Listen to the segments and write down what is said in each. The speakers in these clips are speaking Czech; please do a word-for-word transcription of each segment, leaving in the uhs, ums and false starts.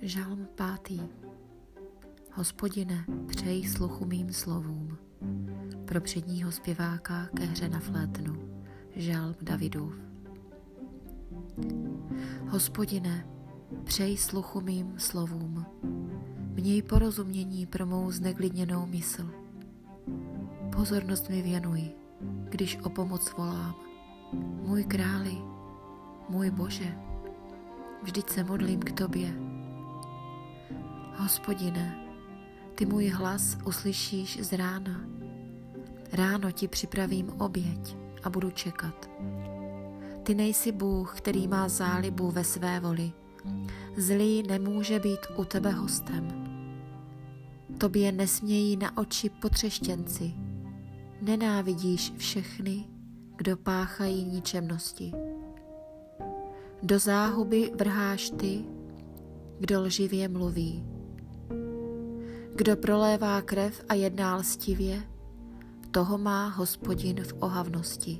Žalm pátý. Hospodine, přej sluchu mým slovům. Pro předního zpěváka ke hře na flétnu. Žalm Davidův. Hospodine, přej sluchu mým slovům. Měj porozumění pro mou zneklidněnou mysl. Pozornost mi věnuj, když o pomoc volám. Můj králi, můj Bože, vždyť se modlím k tobě. Hospodine, ty můj hlas uslyšíš z rána. Ráno ti připravím oběť a budu čekat. Ty nejsi Bůh, který má zálibu ve své voli. Zlý nemůže být u tebe hostem. Tobě nesmějí na oči potřeštěnci. Nenávidíš všechny, kdo páchají ničemnosti. Do záhuby vrháš ty, kdo lživě mluví. Kdo prolévá krev a jedná lstivě, toho má Hospodin v ohavnosti.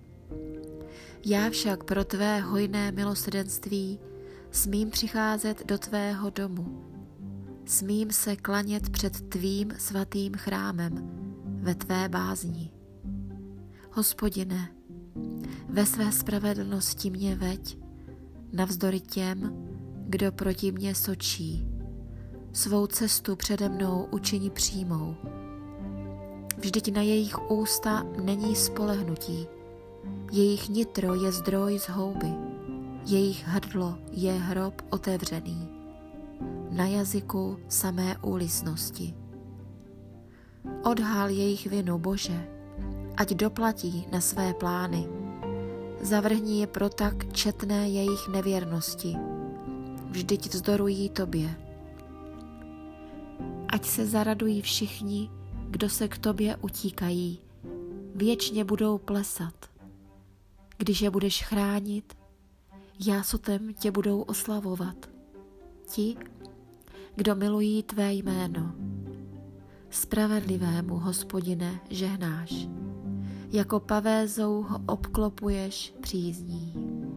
Já však pro tvé hojné milosrdenství smím přicházet do tvého domu. Smím se klanět před tvým svatým chrámem ve tvé bázni. Hospodine, ve své spravedlnosti mě veď, navzdory těm, kdo proti mně sočí. Svou cestu přede mnou učini přímou. Vždyť na jejich ústa není spolehnutí. Jejich nitro je zdroj zhouby. Jejich hrdlo je hrob otevřený. Na jazyku samé úlisnosti. Odhal jejich vinu, Bože, ať doplatí na své plány. Zavrhni je pro tak četné jejich nevěrnosti. Vždyť vzdorují tobě. Ať se zaradují všichni, kdo se k tobě utíkají. Věčně budou plesat. Když je budeš chránit, jásotem tě budou oslavovat. Ti, kdo milují tvé jméno. Spravedlivému, Hospodine, žehnáš. Jako pavézou ho obklopuješ přízní.